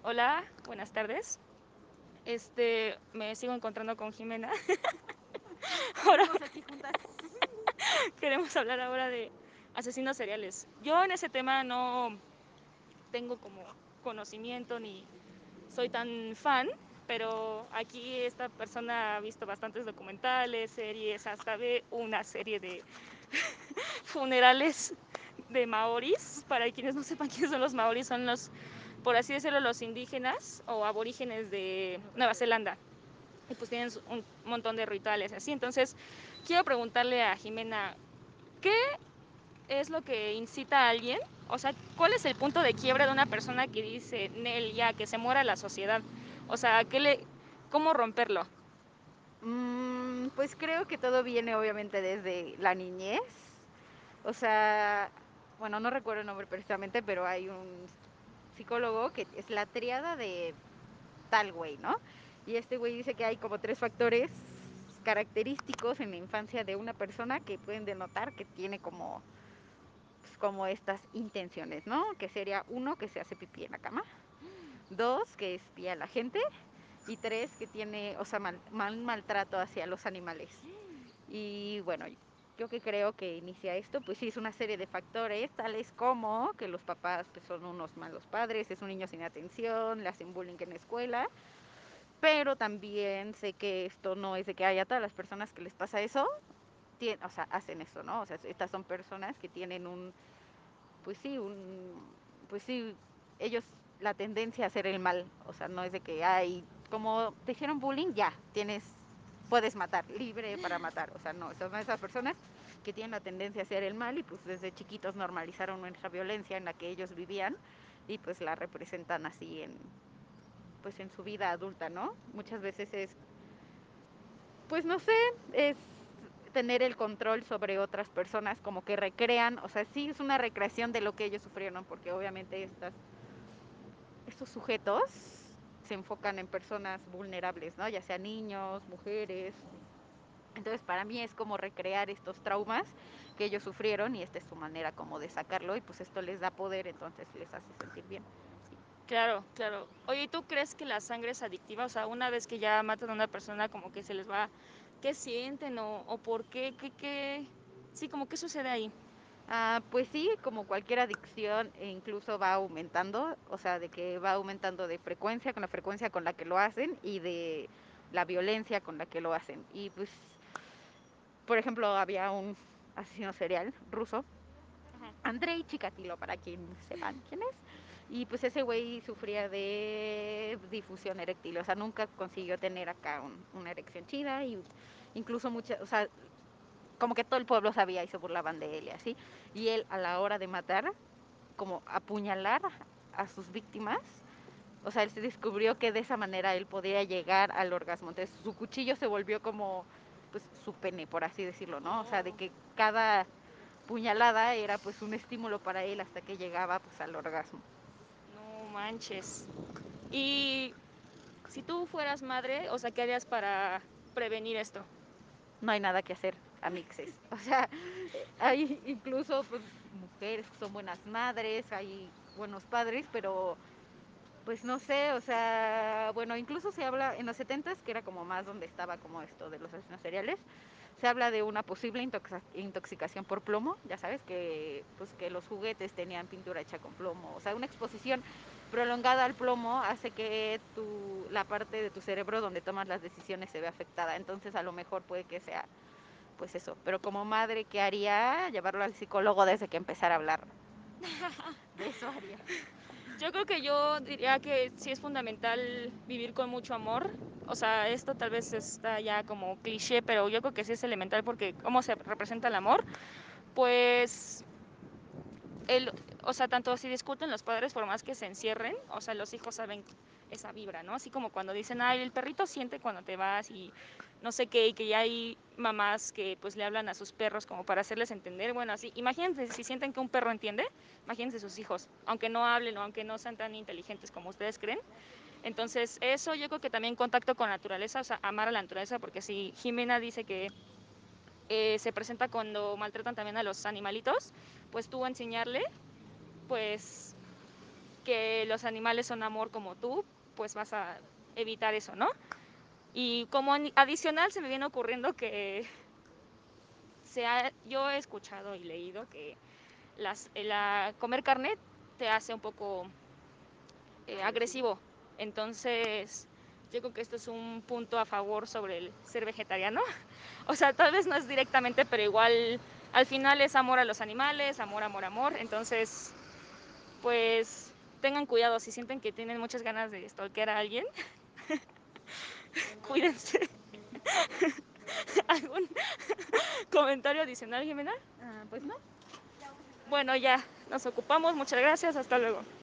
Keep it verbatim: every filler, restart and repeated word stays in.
Hola, buenas tardes. Este, me sigo encontrando con Jimena. Ahora Seguimos aquí juntas. queremos hablar ahora de asesinos seriales. Yo en ese tema no tengo como conocimiento ni soy tan fan, pero aquí esta persona ha visto bastantes documentales, series, hasta ve una serie de funerales de maoris. Para quienes no sepan quiénes son los maoris, son los, por así decirlo, los indígenas o aborígenes de Nueva Zelanda. Y pues tienen un montón de rituales así. Entonces, quiero preguntarle a Jimena, ¿qué es lo que incita a alguien? O sea, ¿cuál es el punto de quiebre de una persona que dice, Nel, ya, que se muera la sociedad? O sea, ¿qué le, ¿cómo romperlo? Mm, pues creo que todo viene obviamente desde la niñez. O sea, bueno, no recuerdo el nombre precisamente, pero hay un psicólogo que es la triada de tal güey, ¿no? Y este güey dice que hay como tres factores característicos en la infancia de una persona que pueden denotar que tiene como, pues, como estas intenciones, ¿no? Que sería uno, que se hace pipí en la cama; dos, que espía a la gente; y tres, que tiene, o sea, mal, mal maltrato hacia los animales. Y bueno, yo que creo que inicia esto, pues sí, es una serie de factores, tales como que los papás pues, son unos malos padres, es un niño sin atención, le hacen bullying en la escuela, pero también sé que esto no es de que haya todas las personas que les pasa eso, tienen, o sea, hacen eso, ¿no? O sea, estas son personas que tienen un, pues sí, un, pues sí, ellos la tendencia a hacer el mal, o sea, no es de que, ay, como te hicieron bullying, ya, tienes, puedes matar, libre para matar, o sea, no, son esas personas que tienen la tendencia a hacer el mal y pues desde chiquitos normalizaron nuestra violencia en la que ellos vivían y pues la representan así en, pues en su vida adulta, ¿no? Muchas veces es, pues no sé, es tener el control sobre otras personas, como que recrean, o sea, sí es una recreación de lo que ellos sufrieron, porque obviamente estas, estos sujetos se enfocan en personas vulnerables, ¿no? Ya sea niños, mujeres. Entonces para mí es como recrear estos traumas que ellos sufrieron y esta es su manera como de sacarlo y pues esto les da poder, entonces les hace sentir bien. Claro, claro. Oye, ¿y tú crees que la sangre es adictiva? O sea, una vez que ya matan a una persona, como que se les va, ¿qué sienten o, o por qué? ¿Qué, qué? Sí, como qué sucede ahí. Ah, pues sí, como cualquier adicción, e incluso va aumentando, o sea, de que va aumentando de frecuencia, con la frecuencia con la que lo hacen y de la violencia con la que lo hacen. Y pues, por ejemplo, había un asesino serial ruso, Ajá. Andrei Chikatilo, para quien sepan quién es. Y pues ese güey sufría de difusión eréctil, o sea, nunca consiguió tener acá un, una erección chida y incluso muchas, o sea, como que todo el pueblo sabía y se burlaban de él y así. Y él a la hora de matar, como apuñalar a sus víctimas, o sea, él se descubrió que de esa manera él podía llegar al orgasmo. Entonces su cuchillo se volvió como pues su pene, por así decirlo, ¿no? O sea, de Oh, que cada puñalada era pues un estímulo para él hasta que llegaba pues al orgasmo. no manches. Y si tú fueras madre, o sea, ¿qué harías para prevenir esto? No hay nada que hacer, amixes. O sea, hay incluso pues mujeres que son buenas madres, hay buenos padres, pero pues no sé, o sea, bueno, incluso se habla en los setentas, que era como más donde estaba como esto de los asesinos seriales, se habla de una posible intox intoxicación por plomo, ya sabes, que pues que los juguetes tenían pintura hecha con plomo, o sea, una exposición prolongada al plomo hace que tu, la parte de tu cerebro donde tomas las decisiones se ve afectada, entonces a lo mejor puede que sea pues eso, pero como madre, ¿qué haría? Llevarlo al psicólogo desde que empezara a hablar, de eso haría. Yo creo que yo diría que sí es fundamental vivir con mucho amor. O sea, esto tal vez está ya como cliché, pero yo creo que sí es elemental porque cómo se representa el amor, pues el, o sea, tanto si discuten los padres por más que se encierren, o sea, los hijos saben esa vibra, ¿no? Así como cuando dicen, ay, el perrito siente cuando te vas y no sé qué, y que ya hay mamás que pues le hablan a sus perros como para hacerles entender, bueno, así, imagínense si sienten que un perro entiende, imagínense sus hijos, aunque no hablen o aunque no sean tan inteligentes como ustedes creen. Entonces, eso yo creo que también contacto con la naturaleza, o sea, amar a la naturaleza, porque si Jimena dice que eh, se presenta cuando maltratan también a los animalitos, pues tú enseñarle, pues que los animales son amor como tú, pues vas a evitar eso, ¿no? Y como ani adicional se me viene ocurriendo que se ha yo he escuchado y leído que las la comer carne te hace un poco eh, Agresivo. agresivo. Entonces, yo creo que esto es un punto a favor sobre el ser vegetariano. O sea, tal vez no es directamente, pero igual al final es amor a los animales, amor, amor, amor. Entonces, pues tengan cuidado si sienten que tienen muchas ganas de stalkear a alguien, cuídense. ¿Algún comentario adicional, Jimena? Ah, pues no. Bueno, ya nos ocupamos. Muchas gracias. Hasta luego.